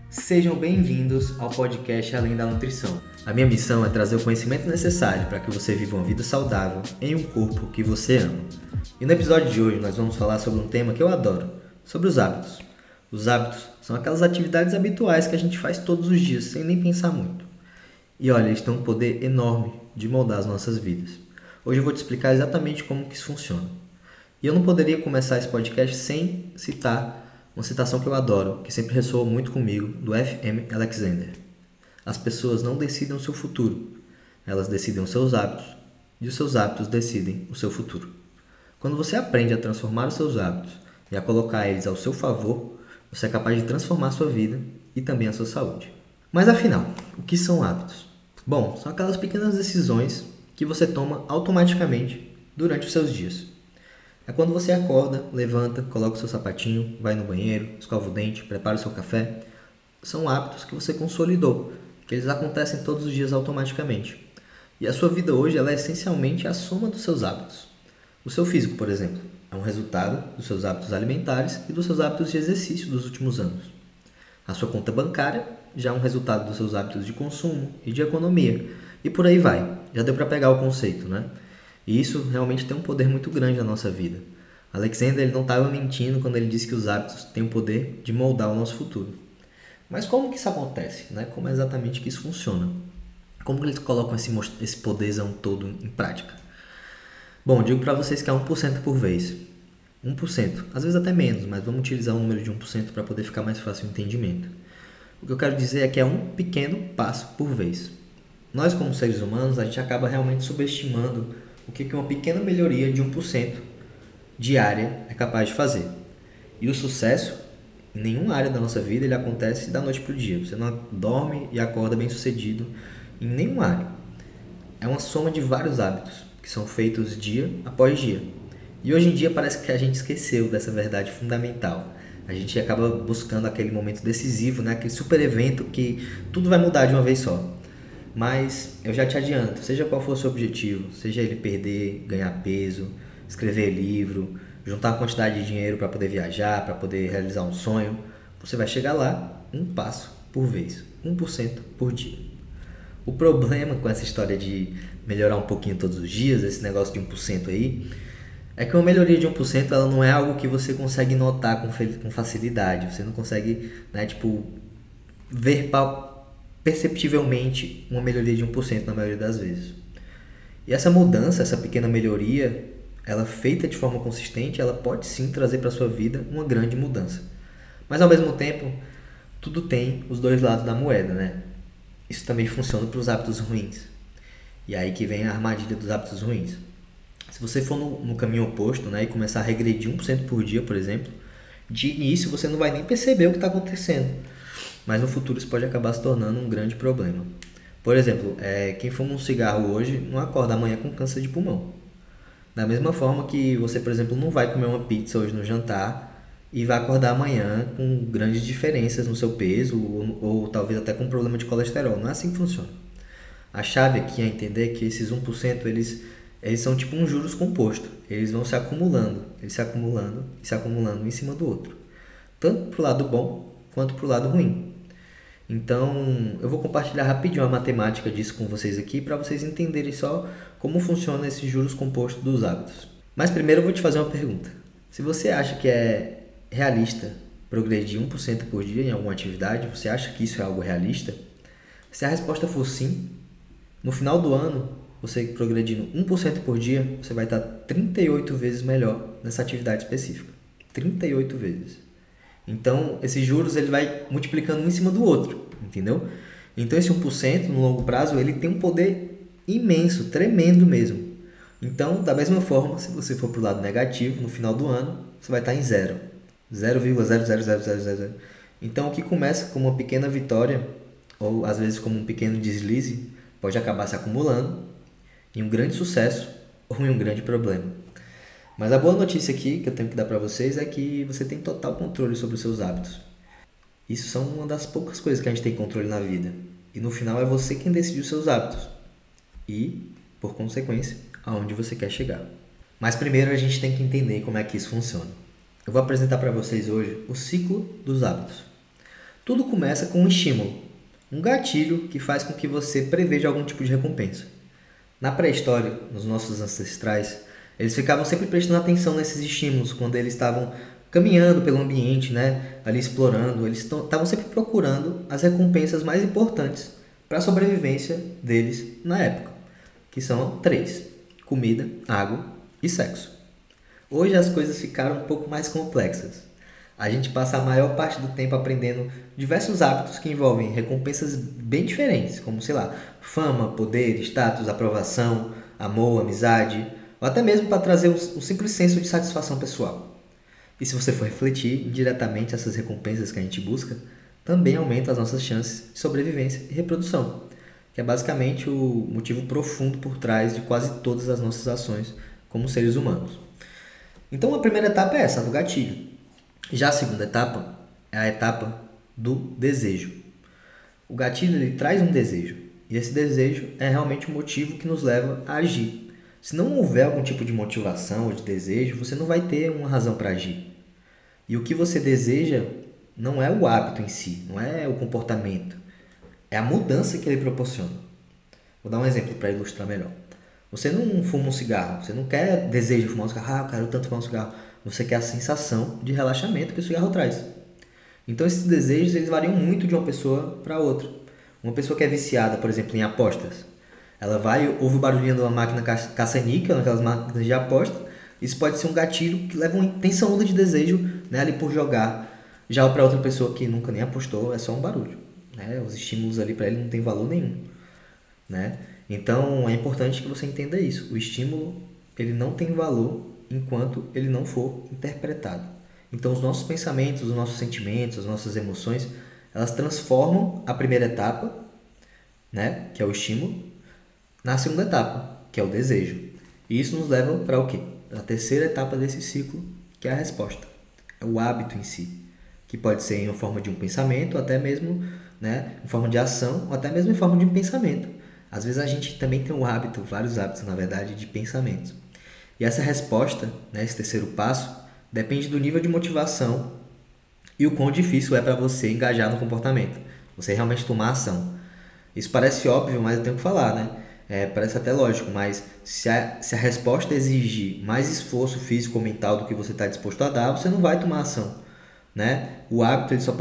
Sejam bem-vindos ao podcast Além da Nutrição. A minha missão é trazer o conhecimento necessário para que você viva uma vida saudável em um corpo que você ama. E no episódio de hoje nós vamos falar sobre um tema que eu adoro, sobre os hábitos. Os hábitos são aquelas atividades habituais que a gente faz todos os dias, sem nem pensar muito. E olha, eles têm um poder enorme de moldar as nossas vidas. Hoje eu vou te explicar exatamente como que isso funciona. E eu não poderia começar esse podcast sem citar uma citação que eu adoro, que sempre ressoa muito comigo, do F.M. Alexander. As pessoas não decidem o seu futuro, elas decidem os seus hábitos, e os seus hábitos decidem o seu futuro. Quando você aprende a transformar os seus hábitos e a colocar eles ao seu favor, você é capaz de transformar a sua vida e também a sua saúde. Mas afinal, o que são hábitos? Bom, são aquelas pequenas decisões que você toma automaticamente durante os seus dias. É quando você acorda, levanta, coloca o seu sapatinho, vai no banheiro, escova o dente, prepara o seu café. São hábitos que você consolidou, que eles acontecem todos os dias automaticamente. E a sua vida hoje ela é essencialmente a soma dos seus hábitos. O seu físico, por exemplo, é um resultado dos seus hábitos alimentares e dos seus hábitos de exercício dos últimos anos. A sua conta bancária já é um resultado dos seus hábitos de consumo e de economia. E por aí vai. Já deu para pegar o conceito, né? E isso realmente tem um poder muito grande na nossa vida. Alexander ele não estava mentindo quando ele disse que os hábitos têm o poder de moldar o nosso futuro. Mas como que isso acontece? Né? Como é exatamente que isso funciona? Como que eles colocam esse poderzão todo em prática? Bom, digo para vocês que é 1% por vez. 1%, às vezes até menos, mas vamos utilizar o número de 1% para poder ficar mais fácil o entendimento. O que eu quero dizer é que é um pequeno passo por vez. Nós, como seres humanos, a gente acaba realmente subestimando o que uma pequena melhoria de 1% diária é capaz de fazer. E o sucesso, em nenhuma área da nossa vida, ele acontece da noite para o dia. Você não dorme e acorda bem sucedido em nenhuma área. É uma soma de vários hábitos que são feitos dia após dia. E hoje em dia parece que a gente esqueceu dessa verdade fundamental. A gente acaba buscando aquele momento decisivo, né? Aquele super evento que tudo vai mudar de uma vez só. Mas eu já te adianto, seja qual for o seu objetivo, seja ele perder, ganhar peso, escrever livro, juntar uma quantidade de dinheiro para poder viajar, para poder realizar um sonho, você vai chegar lá um passo por vez, 1% por dia. O problema com essa história de melhorar um pouquinho todos os dias, esse negócio de 1% aí, é que uma melhoria de 1% ela não é algo que você consegue notar com facilidade, você não consegue, né, ver perceptivelmente uma melhoria de 1% na maioria das vezes. E essa mudança, essa pequena melhoria, ela feita de forma consistente, ela pode sim trazer para a sua vida uma grande mudança. Mas ao mesmo tempo, tudo tem os dois lados da moeda, né? Isso também funciona para os hábitos ruins. E aí que vem a armadilha dos hábitos ruins. Se você for no caminho oposto, né, e começar a regredir 1% por dia, por exemplo, de início você não vai nem perceber o que está acontecendo. Mas no futuro isso pode acabar se tornando um grande problema. Por exemplo, quem fuma um cigarro hoje não acorda amanhã com câncer de pulmão. Da mesma forma que você, por exemplo, não vai comer uma pizza hoje no jantar e vai acordar amanhã com grandes diferenças no seu peso ou talvez até com problema de colesterol. Não é assim que funciona. A chave aqui é entender que esses 1% eles são tipo um juros composto. Eles vão se acumulando em cima do outro. Tanto para o lado bom quanto para o lado ruim. Então, eu vou compartilhar rapidinho a matemática disso com vocês aqui para vocês entenderem só como funciona esses juros compostos dos hábitos. Mas primeiro eu vou te fazer uma pergunta. Se você acha que é realista progredir 1% por dia em alguma atividade, você acha que isso é algo realista? Se a resposta for sim, no final do ano, você progredindo 1% por dia, você vai estar 38 vezes melhor nessa atividade específica. 38 vezes. Então, esses juros ele vai multiplicando um em cima do outro, entendeu? Então, esse 1% no longo prazo, ele tem um poder imenso, tremendo mesmo. Então, da mesma forma, se você for para o lado negativo, no final do ano, você vai estar em zero. 0,00000. Então, o que começa como uma pequena vitória, ou às vezes como um pequeno deslize, pode acabar se acumulando em um grande sucesso ou em um grande problema. Mas a boa notícia aqui que eu tenho que dar para vocês é que você tem total controle sobre os seus hábitos. Isso são uma das poucas coisas que a gente tem controle na vida. E no final é você quem decide os seus hábitos. E, por consequência, aonde você quer chegar. Mas primeiro a gente tem que entender como é que isso funciona. Eu vou apresentar para vocês hoje o ciclo dos hábitos. Tudo começa com um estímulo, um gatilho que faz com que você preveja algum tipo de recompensa. Na pré-história, nos nossos ancestrais, eles ficavam sempre prestando atenção nesses estímulos quando eles estavam caminhando pelo ambiente, ali explorando. Eles estavam sempre procurando as recompensas mais importantes para a sobrevivência deles na época, que são 3: comida, água e sexo. Hoje as coisas ficaram um pouco mais complexas. A gente passa a maior parte do tempo aprendendo diversos hábitos que envolvem recompensas bem diferentes, como, fama, poder, status, aprovação, amor, amizade, ou até mesmo para trazer um simples senso de satisfação pessoal. E se você for refletir, indiretamente essas recompensas que a gente busca também aumentam as nossas chances de sobrevivência e reprodução, que é basicamente o motivo profundo por trás de quase todas as nossas ações como seres humanos. Então a primeira etapa é essa, do gatilho. Já a segunda etapa é a etapa do desejo. O gatilho ele traz um desejo, e esse desejo é realmente o motivo que nos leva a agir. Se não houver algum tipo de motivação ou de desejo, você não vai ter uma razão para agir. E o que você deseja não é o hábito em si, não é o comportamento, é a mudança que ele proporciona. Vou dar um exemplo para ilustrar melhor. Você não fuma um cigarro, você não quer desejo de fumar um cigarro, eu quero tanto fumar um cigarro. Você quer a sensação de relaxamento que o cigarro traz. Então esses desejos eles variam muito de uma pessoa para outra. Uma pessoa que é viciada, por exemplo, em apostas, ela ouve o barulhinho de uma máquina caça-níquel, naquelas máquinas de aposta. Isso pode ser um gatilho que leva uma intensa onda de desejo, ali por jogar. Já para outra pessoa que nunca nem apostou, é só um barulho. Os estímulos ali para ele não tem valor nenhum. Então é importante que você entenda isso. O estímulo ele não tem valor enquanto ele não for interpretado. Então os nossos pensamentos, os nossos sentimentos, as nossas emoções, elas transformam a primeira etapa, que é o estímulo, na segunda etapa, que é o desejo. E isso nos leva para o quê? Para a terceira etapa desse ciclo, que é a resposta. É o hábito em si, que pode ser em forma de um pensamento, ou até mesmo em forma de ação, ou até mesmo em forma de um pensamento. Às vezes a gente também tem vários hábitos, na verdade, de pensamentos. E essa resposta, esse terceiro passo, depende do nível de motivação e o quão difícil é para você engajar no comportamento, você realmente tomar ação. Isso parece óbvio, mas eu tenho que falar, parece até lógico, mas se a resposta exigir mais esforço físico ou mental do que você está disposto a dar, você não vai tomar ação. O hábito ele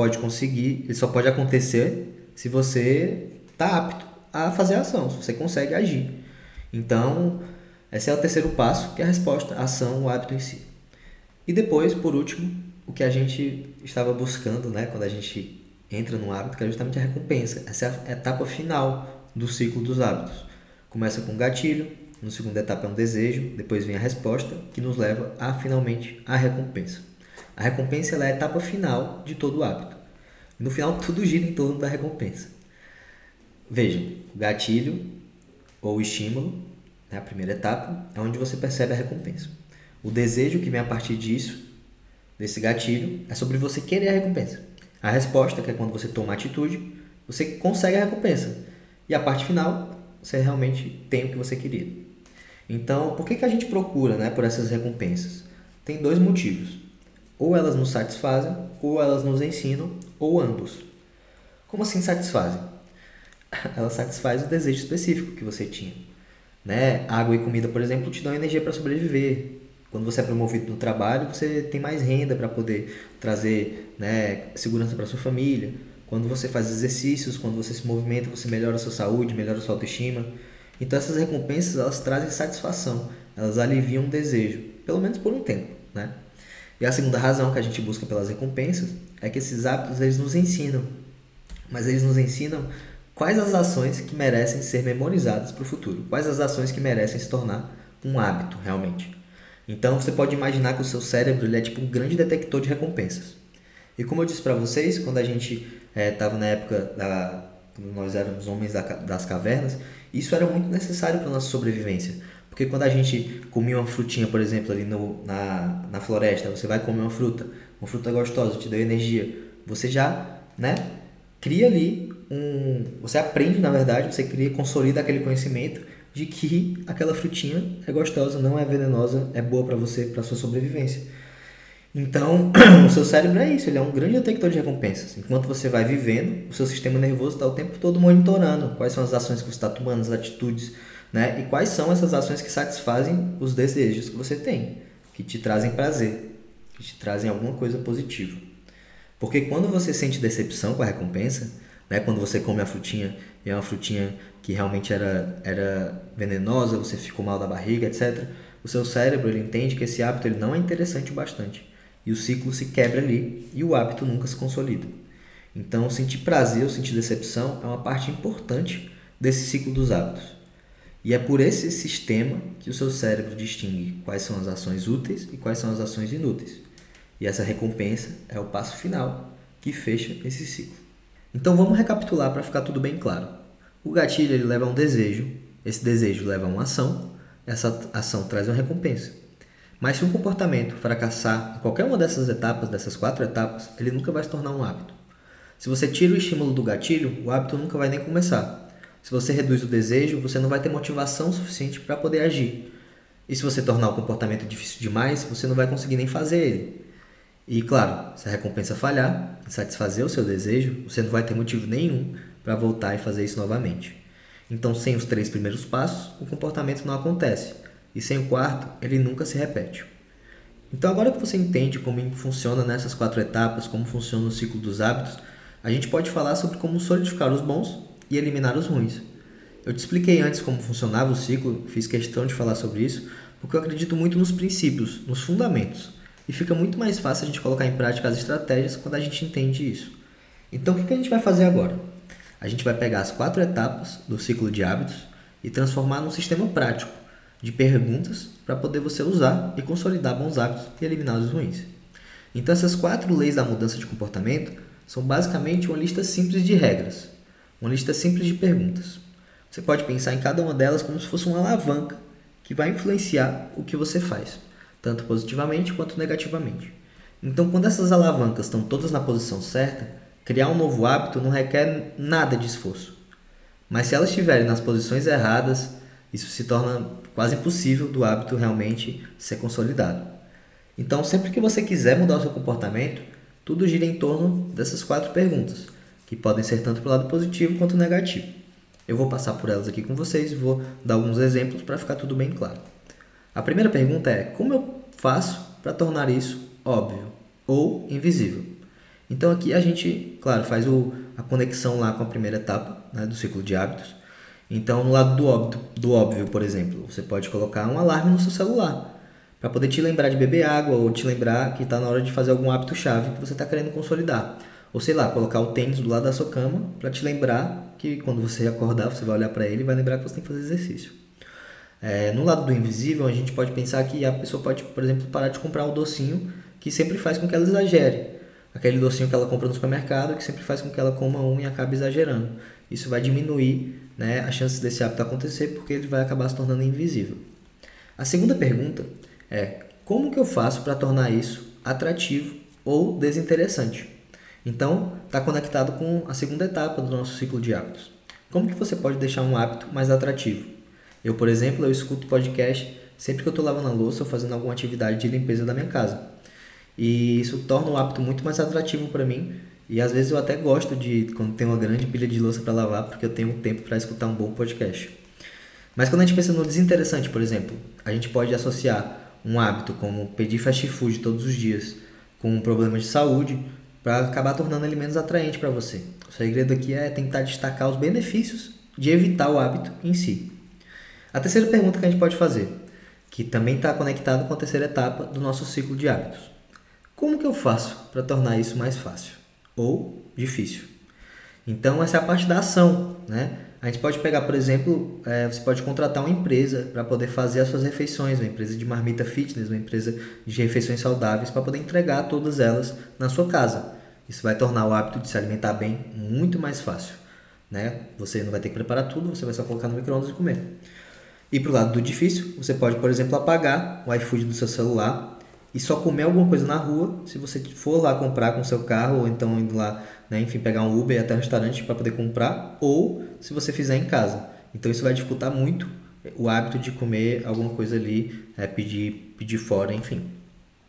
só pode acontecer se você está apto a fazer a ação, se você consegue agir. Então, esse é o terceiro passo, que é a resposta, a ação, o hábito em si. E depois, por último, o que a gente estava buscando, quando a gente entra no hábito, que é justamente a recompensa. Essa é a etapa final do ciclo dos hábitos. Começa com um gatilho, na segunda etapa é um desejo, depois vem a resposta, que nos leva a, finalmente, a recompensa. A recompensa ela é a etapa final de todo o hábito. E no final, tudo gira em torno da recompensa. Vejam, o gatilho ou estímulo, a primeira etapa, é onde você percebe a recompensa. O desejo que vem a partir desse gatilho, é sobre você querer a recompensa. A resposta, que é quando você toma a atitude, você consegue a recompensa. E a parte final, você realmente tem o que você queria. Então, por que a gente procura por essas recompensas? Tem 2 motivos. Ou elas nos satisfazem, ou elas nos ensinam, ou ambos. Como assim satisfazem? Ela satisfaz o desejo específico que você tinha. Água e comida, por exemplo, te dão energia para sobreviver. Quando você é promovido no trabalho, você tem mais renda para poder trazer segurança para sua família. Quando você faz exercícios, quando você se movimenta, você melhora a sua saúde, melhora a sua autoestima. Então essas recompensas elas trazem satisfação, elas aliviam o desejo, pelo menos por um tempo. E a segunda razão que a gente busca pelas recompensas é que esses hábitos eles nos ensinam. Mas eles nos ensinam quais as ações que merecem ser memorizadas para o futuro. Quais as ações que merecem se tornar um hábito, realmente. Então, você pode imaginar que o seu cérebro ele é tipo um grande detector de recompensas. E como eu disse para vocês, quando a gente estava na época, quando nós éramos homens das cavernas, isso era muito necessário para a nossa sobrevivência. Porque quando a gente comia uma frutinha, por exemplo, ali na floresta, você vai comer uma fruta gostosa, te deu energia, você já cria ali você aprende, na verdade, você consolida aquele conhecimento de que aquela frutinha é gostosa, não é venenosa, é boa para você, para sua sobrevivência. Então, o seu cérebro é isso, ele é um grande detector de recompensas. Enquanto você vai vivendo, o seu sistema nervoso está o tempo todo monitorando quais são as ações que você está tomando, as atitudes, né? E quais são essas ações que satisfazem os desejos que você tem, que te trazem prazer, que te trazem alguma coisa positiva. Porque quando você sente decepção com a recompensa, né? Quando você come a frutinha e é uma frutinha que realmente era venenosa, você ficou mal da barriga, etc., o seu cérebro ele entende que esse hábito ele não é interessante o bastante. E o ciclo se quebra ali e o hábito nunca se consolida. Então, sentir prazer ou sentir decepção é uma parte importante desse ciclo dos hábitos. E é por esse sistema que o seu cérebro distingue quais são as ações úteis e quais são as ações inúteis. E essa recompensa é o passo final que fecha esse ciclo. Então vamos recapitular para ficar tudo bem claro. O gatilho ele leva a um desejo, esse desejo leva a uma ação, essa ação traz uma recompensa. Mas se um comportamento fracassar em qualquer uma dessas etapas, dessas 4 etapas, ele nunca vai se tornar um hábito. Se você tira o estímulo do gatilho, o hábito nunca vai nem começar. Se você reduz o desejo, você não vai ter motivação suficiente para poder agir. E se você tornar o comportamento difícil demais, você não vai conseguir nem fazer ele. E claro, se a recompensa falhar em satisfazer o seu desejo, você não vai ter motivo nenhum para voltar e fazer isso novamente. Então, sem os 3 primeiros passos, o comportamento não acontece. E sem o quarto, ele nunca se repete. Então, agora que você entende como funciona nessas 4 etapas, como funciona o ciclo dos hábitos, a gente pode falar sobre como solidificar os bons e eliminar os ruins. Eu te expliquei antes como funcionava o ciclo, fiz questão de falar sobre isso, porque eu acredito muito nos princípios, nos fundamentos. E fica muito mais fácil a gente colocar em prática as estratégias quando a gente entende isso. Então, o que a gente vai fazer agora? A gente vai pegar as 4 etapas do ciclo de hábitos e transformar num sistema prático de perguntas para poder você usar e consolidar bons hábitos e eliminar os ruins. Então, essas 4 leis da mudança de comportamento são basicamente uma lista simples de regras, uma lista simples de perguntas. Você pode pensar em cada uma delas como se fosse uma alavanca que vai influenciar o que você faz, tanto positivamente quanto negativamente. Então, quando essas alavancas estão todas na posição certa, criar um novo hábito não requer nada de esforço. Mas se elas estiverem nas posições erradas, isso se torna quase impossível do hábito realmente ser consolidado. Então, sempre que você quiser mudar o seu comportamento, tudo gira em torno dessas 4 perguntas, que podem ser tanto para o lado positivo quanto negativo. Eu vou passar por elas aqui com vocês e vou dar alguns exemplos para ficar tudo bem claro. A primeira pergunta é: como eu faço para tornar isso óbvio ou invisível? Então aqui a gente, claro, faz a conexão lá com a primeira etapa, né, do ciclo de hábitos. Então no lado do óbvio, por exemplo, você pode colocar um alarme no seu celular para poder te lembrar de beber água ou te lembrar que está na hora de fazer algum hábito-chave que você está querendo consolidar. Ou sei lá, colocar o tênis do lado da sua cama para te lembrar que quando você acordar, você vai olhar para ele e vai lembrar que você tem que fazer exercício. No lado do invisível, a gente pode pensar que a pessoa pode, por exemplo, parar de comprar um docinho que sempre faz com que ela exagere. Aquele docinho que ela compra no supermercado que sempre faz com que ela coma um e acabe exagerando. Isso vai diminuir, né, a chance desse hábito acontecer porque ele vai acabar se tornando invisível. A segunda pergunta é: como que eu faço para tornar isso atrativo ou desinteressante? Então, está conectado com a segunda etapa do nosso ciclo de hábitos. Como que você pode deixar um hábito mais atrativo? Eu, por exemplo, eu escuto podcast sempre que eu estou lavando a louça ou fazendo alguma atividade de limpeza da minha casa. E isso torna o hábito muito mais atrativo para mim. E às vezes eu até gosto de, quando tem uma grande pilha de louça para lavar, porque eu tenho tempo para escutar um bom podcast. Mas quando a gente pensa no desinteressante, por exemplo, a gente pode associar um hábito como pedir fast food todos os dias com um problema de saúde para acabar tornando ele menos atraente para você. O segredo aqui é tentar destacar os benefícios de evitar o hábito em si. A terceira pergunta que a gente pode fazer, que também está conectada com a terceira etapa do nosso ciclo de hábitos: como que eu faço para tornar isso mais fácil ou difícil? Então, essa é a parte da ação, né? A gente pode pegar, por exemplo, você pode contratar uma empresa para poder fazer as suas refeições, uma empresa de marmita fitness, uma empresa de refeições saudáveis, para poder entregar todas elas na sua casa. Isso vai tornar o hábito de se alimentar bem muito mais fácil, né? Você não vai ter que preparar tudo, você vai só colocar no micro-ondas e comer. E para o lado do difícil, você pode, por exemplo, apagar o iFood do seu celular e só comer alguma coisa na rua se você for lá comprar com o seu carro, ou então indo lá, né, enfim, pegar um Uber e ir até o restaurante para poder comprar, ou se você fizer em casa. Então isso vai dificultar muito o hábito de comer alguma coisa ali, pedir fora, enfim.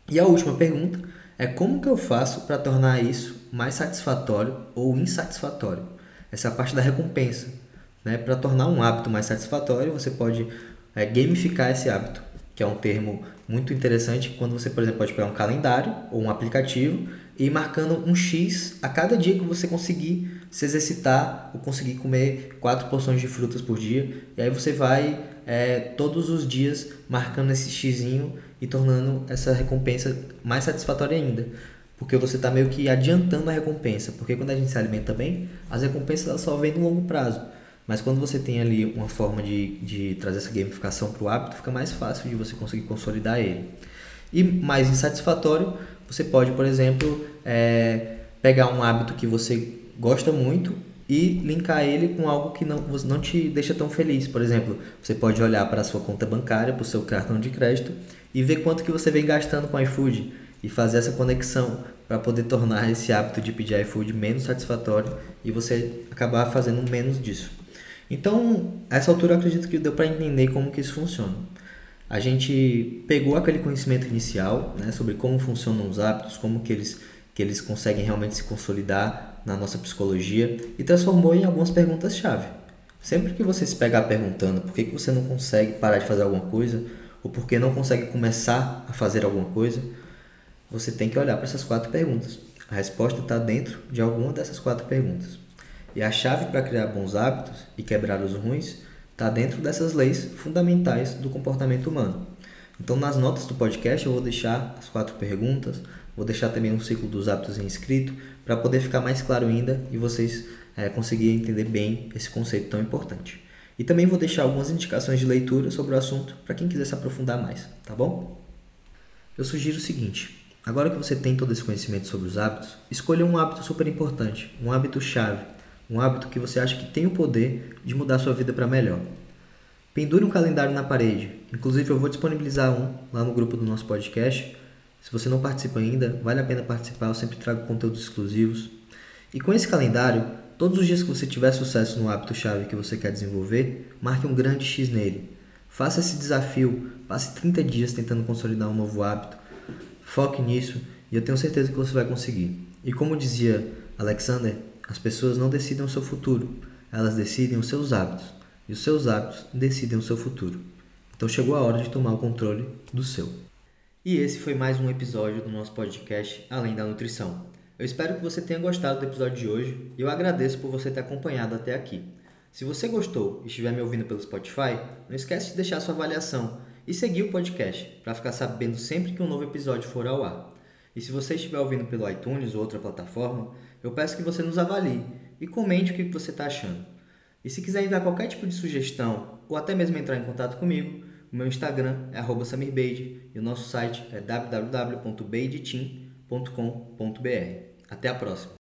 E a última pergunta é como que eu faço para tornar isso mais satisfatório ou insatisfatório? Essa é a parte da recompensa. Né? Para tornar um hábito mais satisfatório, você pode gamificar esse hábito, que é um termo muito interessante quando você, por exemplo, pode pegar um calendário ou um aplicativo e ir marcando um X a cada dia que você conseguir se exercitar ou conseguir comer 4 porções de frutas por dia. E aí você vai todos os dias marcando esse xizinho e tornando essa recompensa mais satisfatória ainda. Porque você está meio que adiantando a recompensa. Porque quando a gente se alimenta bem, as recompensas elas só vêm no longo prazo. Mas quando você tem ali uma forma de trazer essa gamificação para o hábito, fica mais fácil de você conseguir consolidar ele. E mais insatisfatório, você pode, por exemplo, pegar um hábito que você gosta muito e linkar ele com algo que não te deixa tão feliz. Por exemplo, você pode olhar para a sua conta bancária, para o seu cartão de crédito e ver quanto que você vem gastando com iFood e fazer essa conexão para poder tornar esse hábito de pedir iFood menos satisfatório e você acabar fazendo menos disso. Então, a essa altura eu acredito que deu para entender como que isso funciona. A gente pegou aquele conhecimento inicial, né, sobre como funcionam os hábitos, como que eles conseguem realmente se consolidar na nossa psicologia e transformou em algumas perguntas-chave. Sempre que você se pegar perguntando por que você não consegue parar de fazer alguma coisa ou por que não consegue começar a fazer alguma coisa, você tem que olhar para essas 4 perguntas. A resposta está dentro de alguma dessas 4 perguntas. E a chave para criar bons hábitos e quebrar os ruins está dentro dessas leis fundamentais do comportamento humano. Então, nas notas do podcast, eu vou deixar as 4 perguntas, vou deixar também um ciclo dos hábitos em escrito, para poder ficar mais claro ainda e vocês conseguirem entender bem esse conceito tão importante. E também vou deixar algumas indicações de leitura sobre o assunto para quem quiser se aprofundar mais, tá bom? Eu sugiro o seguinte: agora que você tem todo esse conhecimento sobre os hábitos, escolha um hábito super importante, um hábito-chave, um hábito que você acha que tem o poder de mudar a sua vida para melhor. Pendure um calendário na parede. Inclusive, eu vou disponibilizar um lá no grupo do nosso podcast. Se você não participa ainda, vale a pena participar. Eu sempre trago conteúdos exclusivos. E com esse calendário, todos os dias que você tiver sucesso no hábito-chave que você quer desenvolver, marque um grande X nele. Faça esse desafio. Passe 30 dias tentando consolidar um novo hábito. Foque nisso e eu tenho certeza que você vai conseguir. E como dizia Alexander, as pessoas não decidem o seu futuro, elas decidem os seus hábitos. E os seus hábitos decidem o seu futuro. Então chegou a hora de tomar o controle do seu. E esse foi mais um episódio do nosso podcast Além da Nutrição. Eu espero que você tenha gostado do episódio de hoje e eu agradeço por você ter acompanhado até aqui. Se você gostou e estiver me ouvindo pelo Spotify, não esquece de deixar sua avaliação e seguir o podcast para ficar sabendo sempre que um novo episódio for ao ar. E se você estiver ouvindo pelo iTunes ou outra plataforma, eu peço que você nos avalie e comente o que você está achando. E se quiser enviar qualquer tipo de sugestão ou até mesmo entrar em contato comigo, o meu Instagram é @samirbeide e o nosso site é www.beideteam.com.br. Até a próxima!